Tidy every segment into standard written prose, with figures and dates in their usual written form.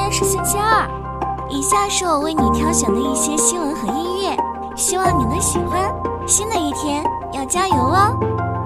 天是星期二，以下是我为你挑选的一些新闻和音乐，希望你能喜欢。新的一天要加油哦！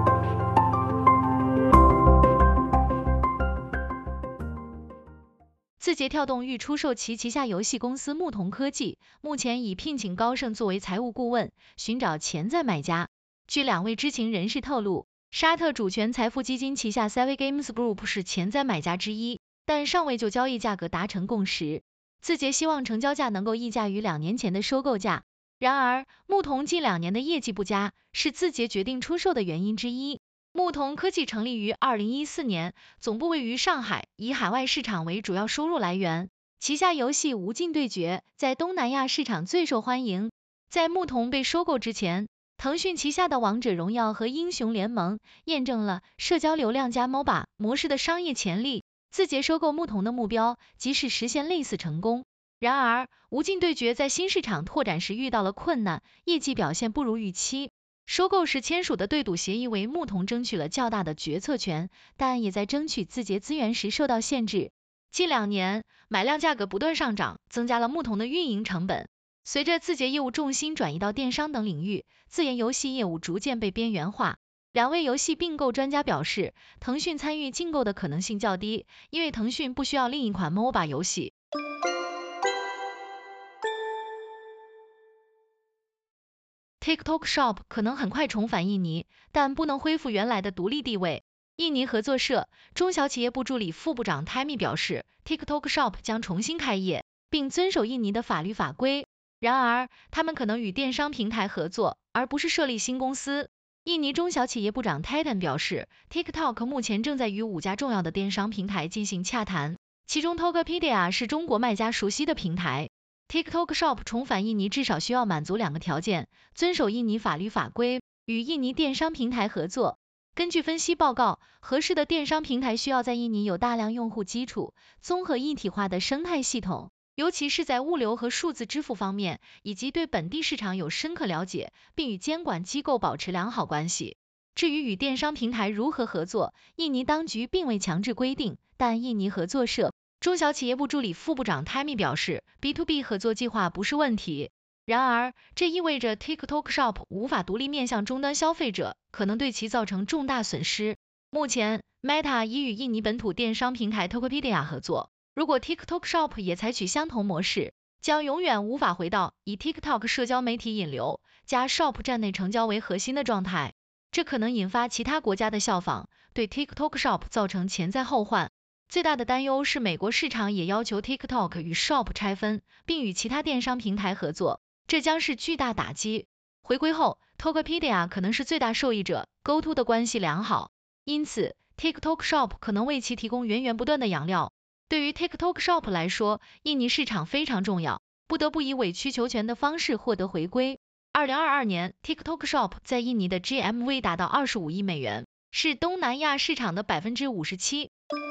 字节跳动欲出售其旗下游戏公司牧童科技，目前已聘请高盛作为财务顾问，寻找潜在买家。据两位知情人士透露，沙特主权财富基金旗下 Savvy Games Group 是潜在买家之一，但尚未就交易价格达成共识。字节希望成交价能够溢价于2年前的收购价。然而，牧童近2年的业绩不佳，是字节决定出售的原因之一。牧童科技成立于2014年，总部位于上海，以海外市场为主要收入来源。旗下游戏《无尽对决》在东南亚市场最受欢迎。在牧童被收购之前，腾讯旗下的《王者荣耀》和《英雄联盟》验证了社交流量加 MOBA 模式的商业潜力。字节收购牧童的目标即是实现类似成功。然而，《无尽对决》在新市场拓展时遇到了困难，业绩表现不如预期。收购时签署的对赌协议为牧童争取了较大的决策权，但也在争取字节资源时受到限制。近2年，买量价格不断上涨，增加了牧童的运营成本。随着字节业务重心转移到电商等领域，自研游戏业务逐渐被边缘化。两位游戏并购专家表示，腾讯参与竞购的可能性较低，因为腾讯不需要另一款 MOBA 游戏。TikTok Shop 可能很快重返印尼，但不能恢复原来的独立地位。印尼合作社中小企业部助理副部长 Tammy 表示 ，TikTok Shop 将重新开业，并遵守印尼的法律法规。然而，他们可能与电商平台合作，而不是设立新公司。印尼中小企业部长 Titan 表示 ，TikTok 目前正在与5家重要的电商平台进行洽谈，其中 Tokopedia 是中国卖家熟悉的平台。TikTok Shop 重返印尼至少需要满足2个条件：遵守印尼法律法规，与印尼电商平台合作。根据分析报告，合适的电商平台需要在印尼有大量用户基础、综合一体化的生态系统，尤其是在物流和数字支付方面，以及对本地市场有深刻了解，并与监管机构保持良好关系。至于与电商平台如何合作，印尼当局并未强制规定，但印尼合作社中小企业部助理副部长 Tammy 表示 ，B2B 合作计划不是问题。然而，这意味着 TikTok Shop 无法独立面向终端消费者，可能对其造成重大损失。目前 ，Meta 已与印尼本土电商平台 Tokopedia 合作。如果 TikTok Shop 也采取相同模式，将永远无法回到以 TikTok 社交媒体引流加 Shop 站内成交为核心的状态。这可能引发其他国家的效仿，对 TikTok Shop 造成潜在后患。最大的担忧是美国市场也要求 TikTok 与 Shop 拆分，并与其他电商平台合作，这将是巨大打击。回归后 ，Tokopedia 可能是最大受益者，GoTo 的关系良好，因此 TikTok Shop 可能为其提供源源不断的养料。对于 TikTok Shop 来说，印尼市场非常重要，不得不以委曲求全的方式获得回归。2022年 ，TikTok Shop 在印尼的 GMV 达到25亿美元，是东南亚市场的57%。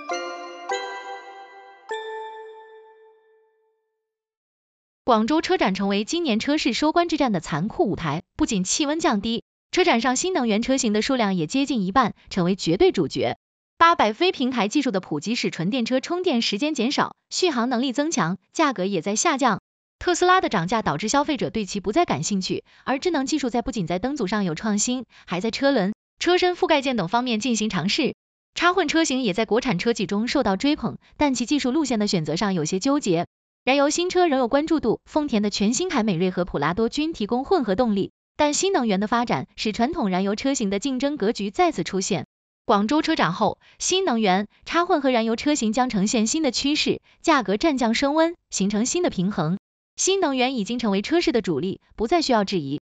广州车展成为今年车市收官之战的残酷舞台，不仅气温降低，车展上新能源车型的数量也接近一半，成为绝对主角。800非平台技术的普及使纯电车充电时间减少，续航能力增强，价格也在下降。特斯拉的涨价导致消费者对其不再感兴趣，而智能技术不仅在灯组上有创新，还在车轮、车身覆盖件等方面进行尝试。插混车型也在国产车企中受到追捧，但其技术路线的选择上有些纠结。燃油新车仍有关注度，丰田的全新凯美瑞和普拉多均提供混合动力，但新能源的发展使传统燃油车型的竞争格局再次出现。广州车展后，新能源、插混和燃油车型将呈现新的趋势，价格战将升温，形成新的平衡。新能源已经成为车市的主力，不再需要质疑。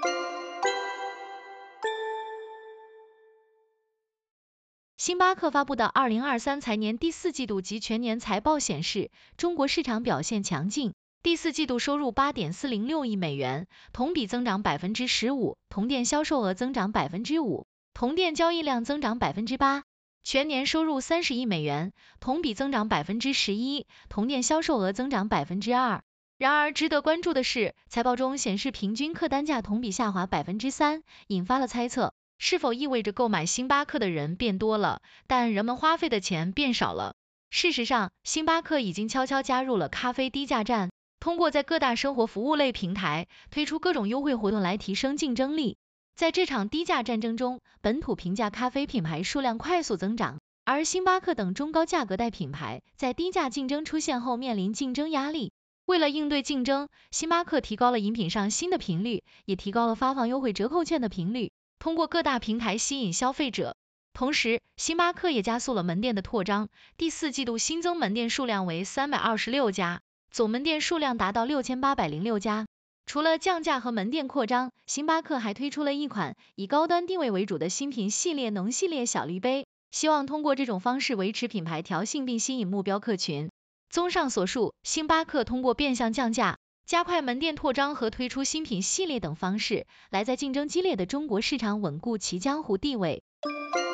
星巴克发布的2023财年第4季度及全年财报显示，中国市场表现强劲，第4季度收入8.406亿美元，同比增长15%，同店销售额增长5%，同店交易量增长8%，全年收入30亿美元，同比增长11%，同店销售额增长2%。然而，值得关注的是，财报中显示平均客单价同比下滑3%，引发了猜测。是否意味着购买星巴克的人变多了，但人们花费的钱变少了？ 事实上，星巴克已经悄悄加入了咖啡低价战，通过在各大生活服务类平台推出各种优惠活动来提升竞争力。在这场低价战争中，本土平价咖啡品牌数量快速增长，而星巴克等中高价格带品牌在低价竞争出现后面临竞争压力。为了应对竞争，星巴克提高了饮品上新的频率，也提高了发放优惠折扣券的频率，通过各大平台吸引消费者。同时，星巴克也加速了门店的扩张，第4季度新增门店数量为326家，总门店数量达到6806家。除了降价和门店扩张，星巴克还推出了一款以高端定位为主的新品系列浓系列小滤杯，希望通过这种方式维持品牌调性并吸引目标客群。综上所述，星巴克通过变相降价、加快门店扩张和推出新品系列等方式，来在竞争激烈的中国市场稳固其江湖地位。